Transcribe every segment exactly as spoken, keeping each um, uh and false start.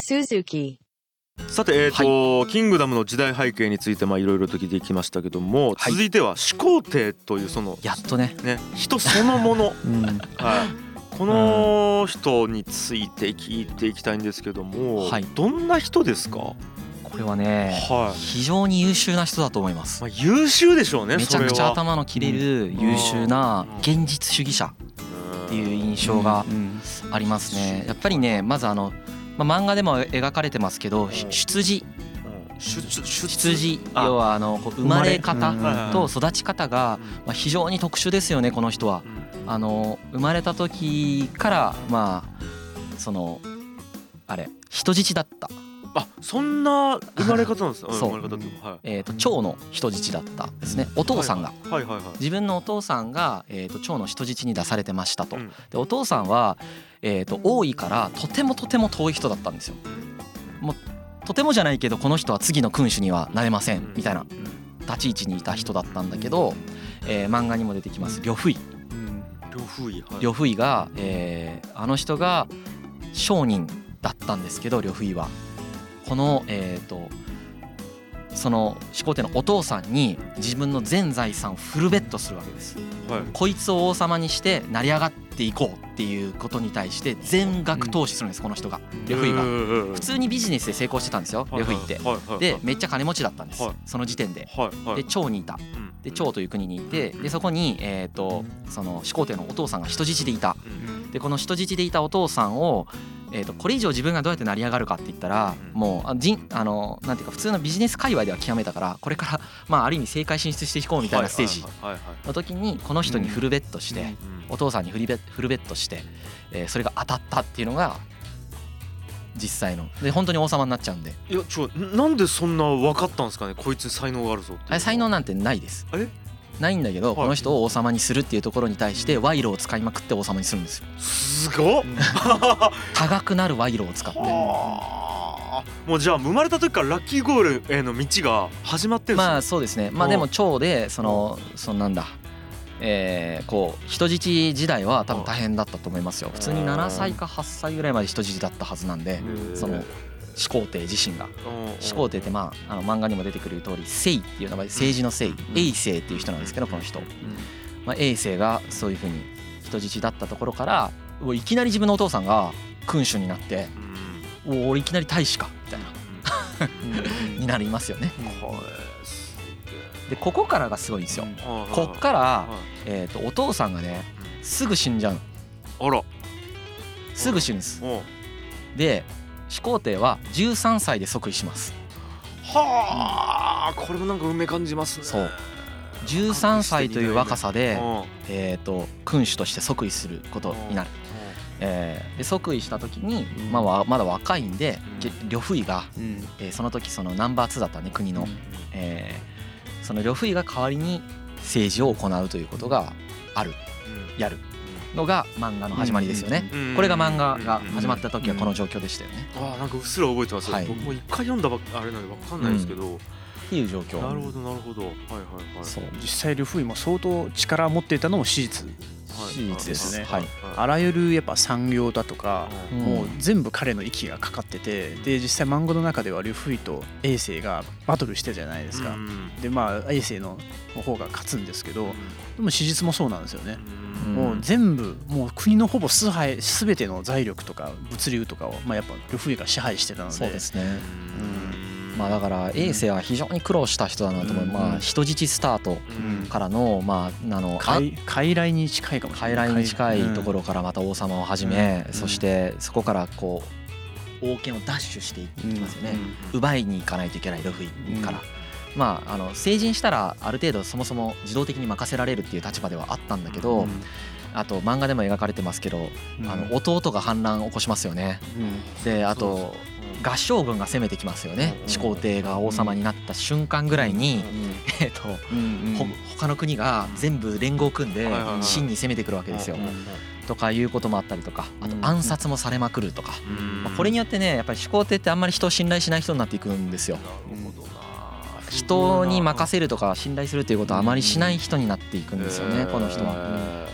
Suzuki。 さて、えーとはい、キングダムの時代背景についていろいろと聞いてきましたけども、はい、続いては始皇帝というそのやっと ね, ね人そのもの、うんはい、この人について聞いていきたいんですけども、はい、どんな人ですか？ これはね、はい、非常に優秀な人だと思います、 まあ、優秀でしょうね。 めちゃくちゃ頭の切れる優秀な現実主義者っていう印象がありますね。やっぱりね、まずあのまあ、漫画でも描かれてますけど、出自出自要はあのこう生まれ方と育ち方がまあ非常に特殊ですよね。この人はあの生まれた時からまあそのあれ人質だった。 あ、そんな生まれ方なんですか？ そう、えーと蝶の人質だったんですね。お父さんが自分のお父さんがえーと蝶の人質に出されてましたと。でお父さんはえーと王位からとてもとても遠い人だったんですよ。もうとてもじゃないけどこの人は次の君主にはなれませんみたいな立ち位置にいた人だったんだけど、えー、漫画にも出てきます呂不韋。 呂不韋、はい、 呂不韋が、えー、あの人が商人だったんですけど、呂不韋はこの、えー、とその始皇帝のお父さんに自分の全財産をフルベットするわけです、はい、こいつを王様にして成り上がっていこうっていうことに対して全額投資するんです、この人が。呂不韋が普通にビジネスで成功してたんですよ、呂不韋って。でめっちゃ金持ちだったんです、その時点で。で趙にいた。で趙という国にいて、でそこに、えー、とその始皇帝のお父さんが人質でいた。でこの人質でいたお父さんをえー、とこれ以上自分がどうやって成り上がるかって言ったら、もうあじんあのなんていうか普通のビジネス界隈では極めたから、これからまあある意味政界進出していこうみたいなステージの時にこの人にフルベットして、お父さんにフルベフルベットして、えー、それが当たったっていうのが実際ので本当に王様になっちゃうんで。 いやちょなんでそんな分かったんですかね、こいつ才能があるぞって。 あれ才能なんてないです。 えないんだけど、この人を王様にするっていうところに対して賄賂を使いまくって王様にするんですよ。 すごっ多額なる賄賂を使って。 もうじゃあ生まれた時からラッキーゴールへの道が始まってるんですね。 まあそうですね。まあでも趙でそのそのなんだえー、こう人質時代は多分大変だったと思いますよ。普通にななさいかはっさいぐらいまで人質だったはずなんで、その始皇帝自身が。始皇帝ってまああの漫画にも出てくる通り政っていう名前、政治の政、衛政っていう人なんですけど、この人、まあ、衛政がそういう風に人質だったところからいきなり自分のお父さんが君主になって、お俺いきなり大使かみたいなになりますよね。でここからがすごいんですよ。こっからえとお父さんがねすぐ死んじゃう。 あら、 すぐ死ぬんです。で始皇帝はじゅうさんさいで即位します。 はあ、これもなんか運命感じますね。 そう、じゅうさんさいという若さでえと君主として即位することになる。えー、で即位した時に、まあ、まだ若いんで、呂不韋が、えー、その時そのナンバーツーだったね国の、えー、その呂不韋が代わりに政治を行うということがある、やるのが漫画の始まりですよね。これが漫画が始まった時はこの状況でしたよね。 ああ、なんかうっすら覚えてます、はい、僕も一回読んだばあれなんで分かんないですけど、うん、 っていう状況。 なるほどなるほど。はいはいはい。 そう、実際呂不韋も相当力を持っていたのも史実。史実ですね、はい、あらゆるやっぱ産業だとか、うん、もう全部彼の息がかかってて、で実際漫画の中では呂不韋と衛政がバトルしてたじゃないですか、うん、でまあ衛政の方が勝つんですけど、うん、でも史実もそうなんですよね、うん、もう全部もう国のほぼ支配全ての財力とか物流とかを、まあ、やっぱ呂不韋が支配してたので。 そうですね、うんまあ、だから衛政は非常に苦労した人だなと思う、うんまあ、人質スタートからの、まあ、あの傀傀儡に近いかもしれない。 傀儡に近いところからまた王様をはじめ、うん、そしてそこからこう王権を奪取していきますよね、うん、奪いに行かないといけない呂不韋から、うんまあ、あの成人したらある程度そもそも自動的に任せられるっていう立場ではあったんだけど、うん、あと漫画でも描かれてますけど、うん、あの弟が反乱を起こしますよね、うん、であと合従軍が攻めてきますよね。始皇帝が王様になった瞬間ぐらいに、えっと他の国が全部連合を組んで秦に攻めてくるわけですよ。とかいうこともあったりとか、あと暗殺もされまくるとか、まあこれによってねやっぱり始皇帝ってあんまり人を信頼しない人になっていくんですよ。人に任せるとか信頼するということはあまりしない人になっていくんですよね、この人は。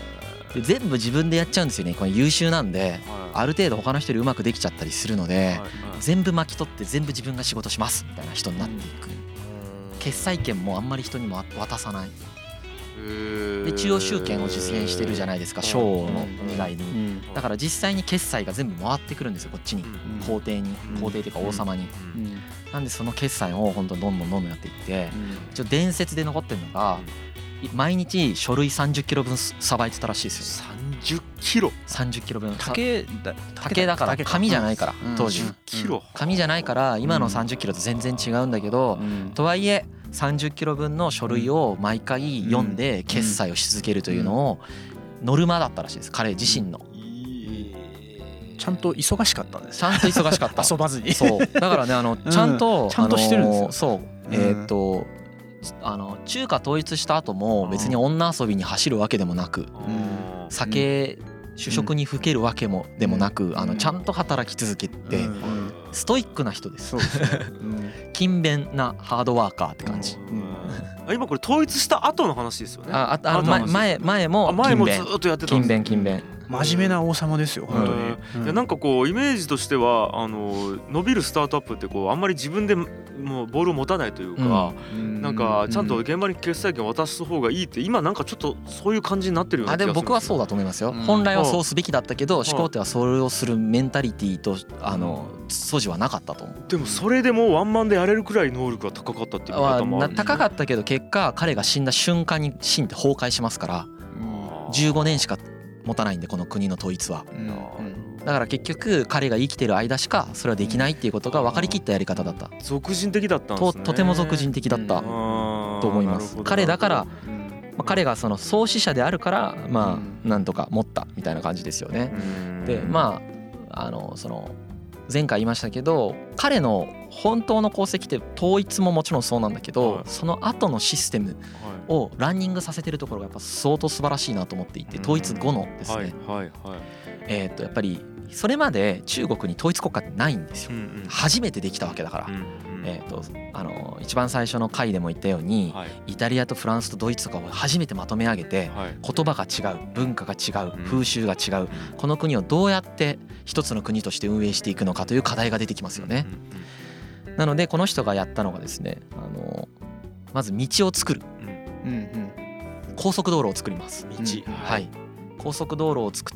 で全部自分でやっちゃうんですよね。これ優秀なんで、ある程度他の人よりうまくできちゃったりするので、全部巻き取って全部自分が仕事しますみたいな人になっていく。決裁権もあんまり人にも渡さない。で中央集権を実現してるじゃないですか、省の願いに。だから実際に決済が全部回ってくるんですよ、こっちに、皇帝に、皇帝というか王様に。なんでその決済を本当にどんどんどんどんやっていって、一応伝説で残ってるのが毎日書類さんじゅっキロぶんさばいてたらしいですよ。 さんじゅっキロさんじゅっキロぶん。 竹だ竹だから紙じゃないから当時。 キロ紙じゃないから今のさんじゅっキロと全然違うんだけど、とはいえさんじゅっキロぶんの書類を毎回読んで決済をし続けるというのをノルマだったらしいです、彼自身の。 ちゃんと忙しかったんです。 ちゃんと忙しかった。 遊ばずに。 そうだからね、あのちゃんとちゃんとしてるんですよ。 そうえっとあの中華統一した後も別に女遊びに走るわけでもなく、酒主食にふけるわけもでもなく、あのちゃんと働き続けてストイックな人です。勤勉なハードワーカーって感じ。 今これ統一した後の話ですよね。 ああ前前も前もずっとやってたんです。 勤勉勤勉。 真面目な王様ですよ本当に。 いやなんかこうイメージとしてはあの伸びるスタートアップってこうあんまり自分でもうボールを持たないというか、なんかちゃんと現場に決済権を渡す方がいいって今なんかちょっとそういう感じになってるような気がする。 あでも僕はそうだと思いますよ。本来はそうすべきだったけど始皇帝はそれをするメンタリティとあの素地はなかったと思う。 でもそれでもワンマンでやれるくらい能力が高かったっていう方もある。 高かったけど結果彼が死んだ瞬間に秦って崩壊しますから、じゅうごねんしか持たないんでこの国の統一は。だから結局彼が生きてる間しかそれはできないっていうことが分かりきったやり方だった。 俗人的だったんですね。 ととても俗人的だったと思います。彼だから、まあ、彼がその創始者であるからまあなんとか持ったみたいな感じですよね。でまああのその前回言いましたけど彼の本当の功績って統一ももちろんそうなんだけど、その後のシステムをランニングさせてるところがやっぱ相当素晴らしいなと思っていて、統一後のですね、えっとやっぱりそれまで中国に統一国家ってないんですよ。初めてできたわけだから。えっとあの一番最初の回でも言ったように、イタリアとフランスとドイツとかを初めてまとめ上げて、言葉が違う、文化が違う、風習が違う、この国をどうやって一つの国として運営していくのかという課題が出てきますよね。なのでこの人がやったのがですね、あのまず道を作る、高速道路を作ります。道、はい、高速道路を作って、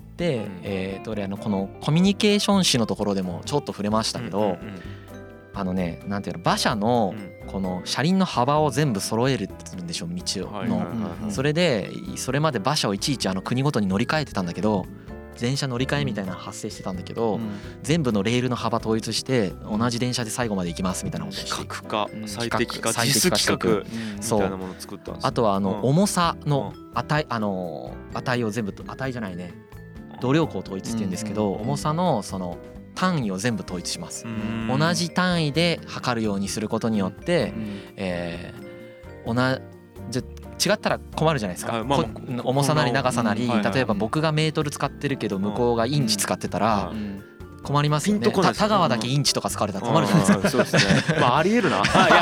えー、とあのこのコミュニケーション誌のところでもちょっと触れましたけど、あのねなんていうの馬車のこの車輪の幅を全部揃えるって言うんでしょう、道の。それでそれまで馬車をいちいちあの国ごとに乗り換えてたんだけど、電車乗り換えみたいなの発生してたんだけど、全部のレールの幅統一して同じ電車で最後まで行きますみたいなことをして、 規格化、最適化、実規格みたいなものを作ったんです。 あとはあの重さの値、あの値を全部、値じゃないね、度量衡統一って言うんですけど、重さのその単位を全部統一します。同じ単位で測るようにすることによって、えー、同じ違ったら困るじゃないですか。まあ、重さなり長さなり、例えば僕がメートル使ってるけど向こうがインチ使ってたら困りますよね。田川だけインチとか使われたら困るじゃないですか。 そうですね。まあありえるな。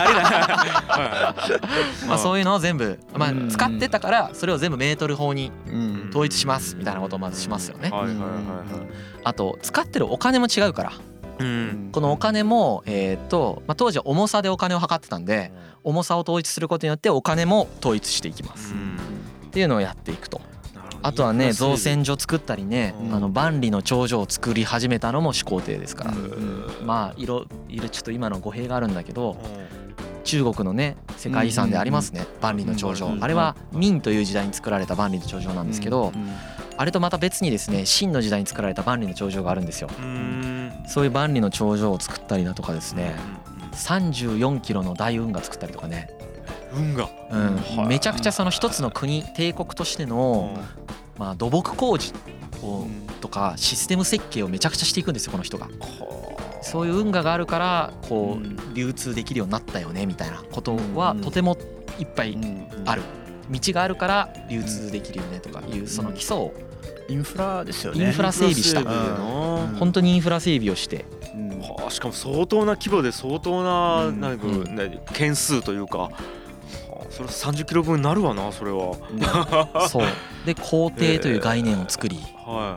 まあそういうのを全部、まあ使ってたからそれを全部メートル法に統一しますみたいなことをまずしますよね。あと使ってるお金も違うから。うん、このお金も、えーとまあ、当時は重さでお金を測ってたんで、重さを統一することによってお金も統一していきます、うん、っていうのをやっていくと。あとはね造船所作ったりね、うん、あの万里の長城を作り始めたのも始皇帝ですから、うん、まあいろいろちょっと今の語弊があるんだけど、うん、中国のね世界遺産でありますね、うん、万里の長城、うん、あれは明という時代に作られた万里の長城なんですけど、うんうん、あれとまた別にですね秦の時代に作られた万里の長城があるんですよ。そういう万里の長城を作ったりだとかですね、さんじゅうよんキロの大運河作ったりとかね、 運河、 うん、めちゃくちゃその一つの国帝国としてのまあ土木工事をとかシステム設計をめちゃくちゃしていくんですよこの人が。そういう運河があるからこう流通できるようになったよねみたいなことはとてもいっぱいある。道があるから流通できるよねとかいうその基礎をインフラですよね。 インフラ整備した。本当にインフラ整備をして、 うん、はあ、しかも相当な規模で相当な、うん、なんか、ね、件数というか、はあ、 それさんじゅっキロぶんになるわなそれは、 うん、そうで皇帝という概念を作り、 えー、はい、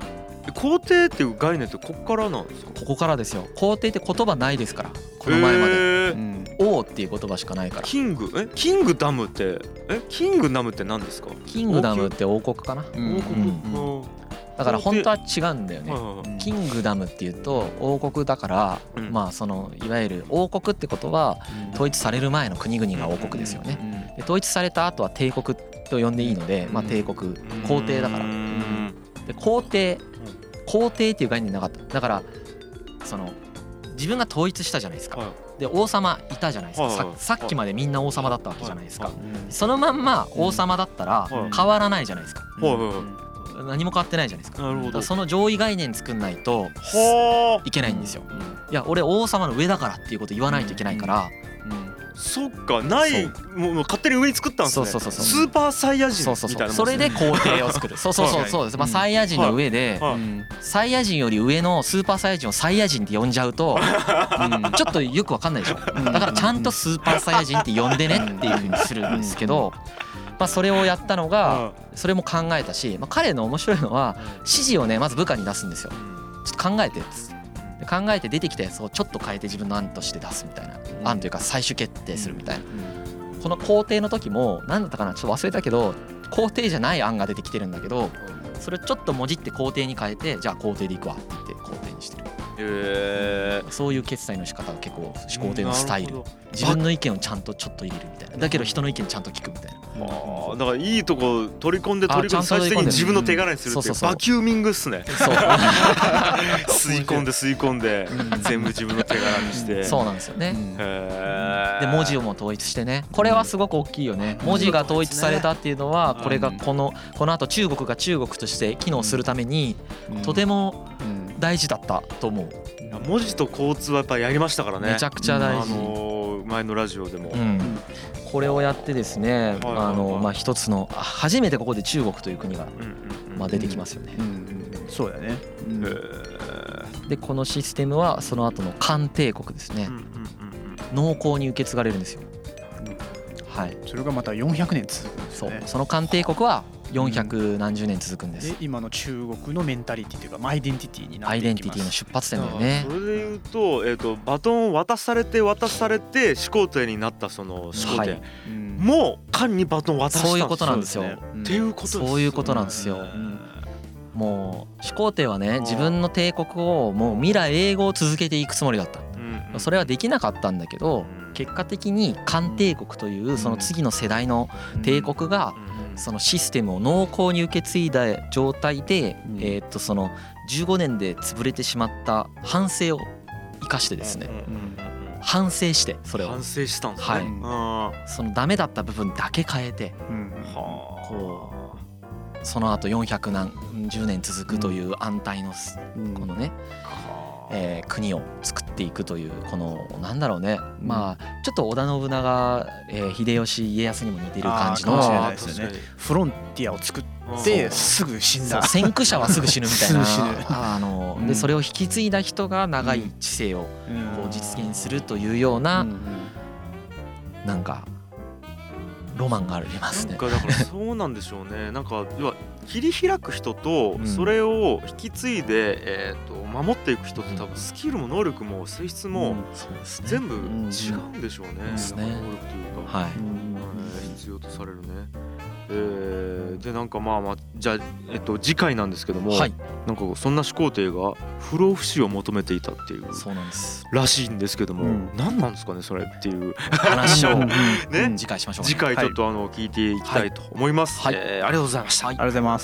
皇帝っていう概念ってここからなんですか？ ここからですよ。皇帝って言葉ないですから、この前まで、えーうん、王っていう言葉しかないから。 キングえキングダムってえキングダムって何ですか？ キングダムって王国かな、 王国、うんうん、だから本当は違うんだよね、うん、キングダムっていうと王国だから、うん、まあそのいわゆる王国ってことは統一される前の国々が王国ですよね。で統一された後は帝国と呼んでいいので、まあ、帝国皇帝だから、で皇帝皇帝っていう概念なかった。だからその自分が統一したじゃないですか、はい、で王様いたじゃないですか、はいはい、さ, さっきまでみんな王様だったわけじゃないですか、はいはい、そのまんま王様だったら変わらないじゃないですか、はいはいはい、何も変わってないじゃないですか。なるほど。その上位概念作んないといけないんですよ。いや俺王様の上だからっていうこと言わないといけないから、うんうん、 そっかないもう勝手に上に作ったんですね。 そうそうそうそう、 スーパーサイヤ人みたいな、 そうそうそう、それで皇帝を作るそうそうそうそうです、まあ、サイヤ人の上で、はいはい、サイヤ人より上のスーパーサイヤ人をサイヤ人って呼んじゃうと、うん、ちょっとよくわかんないでしょ。だからちゃんとスーパーサイヤ人って呼んでねっていう風にするんですけど、まあ、それをやったのがそれも考えたし、まあ、彼の面白いのは指示をねまず部下に出すんですよ。ちょっと考えてで考えて出てきたやつをちょっと変えて自分の案として出すみたいな、案というか最終決定するみたいな。この皇帝の時も何だったかなちょっと忘れたけど、皇帝じゃない案が出てきてるんだけど、それちょっともじって皇帝に変えて、じゃあ皇帝でいくわって言って皇帝にしてる。へー、そういう決裁の仕方が結構始皇帝のスタイル。自分の意見をちゃんとちょっと入れるみたいな、だけど人の意見ちゃんと聞くみたいな。 あだからいいとこ取り込んで取り込んで最終的に自分の手柄にするっていうバキューミングっすね。そう吸い込んで吸い込んで全部自分の手柄にして、 そうなんですよね。へで文字をも統一してね、これはすごく大きいよね。文字が統一されたっていうのは、これがこのこの後中国が中国として機能するためにとても大事だったと思う。 文字と交通はやっぱりやりましたからね。 めちゃくちゃ大事。 あの前のラジオでも、うん、 これをやってですね、あのまあ一つの初めてここで中国という国がまあ出てきますよね。 そうだね。 でこのシステムはその後の漢帝国ですね、農耕に受け継がれるんですよ。はい。 それがまたよんひゃくねん続くんですね。 そう、その漢帝国はよんひゃくなんじゅうねん続くんです。 で今の中国のメンタリティというかアイデンティティになっていきます。 アイデンティティの出発点だよね。 それで言うと、えーと、バトンを渡されて渡されて始皇帝になったその始皇帝、はい、もう漢にバトンを渡した。 そういうことなんですよ。 っていうことですよね。 そういうことなんですよ。もう始皇帝はね、自分の帝国をもう未来永劫続けていくつもりだった。それはできなかったんだけど、結果的に漢帝国というその次の世代の帝国がそのシステムを農耕に受け継いだ状態で、えっとそのじゅうごねんで潰れてしまった反省を生かしてですね、反省してそれを反省したんですね。 はい。そのダメだった部分だけ変えて、こうその後よんひゃくなんじゅうねん続くという安泰のこのね、えー、国を作っていくというこのなんだろうね、まあちょっと織田信長、えー、秀吉家康にも似てる感じのフロンティアを作ってすぐ死んだ、 先駆者はすぐ死ぬみたいなあのでそれを引き継いだ人が長い知性をこう実現するというようななんかロマンがありますね。 なんかだからそうなんでしょうね。なんか要は切り開く人とそれを引き継いで、えー、と守っていく人って多分スキルも能力も性質も全部違うんでしょうね。能力というか、はい、必要とされるね。えー、でなんかまあまあじゃあ、えっと、次回なんですけども、はい、なんかそんな始皇帝が不老不死を求めていたっていうそうなんですらしいんですけども、うん、何なんですかねそれっていう話をね、次回しましょう、ね、 次回ちょっとあの聞いていきたいと思います、はいえー、ありがとうございました、 はい、ありがとうございます。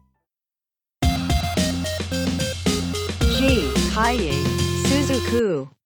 G ハイエイスズク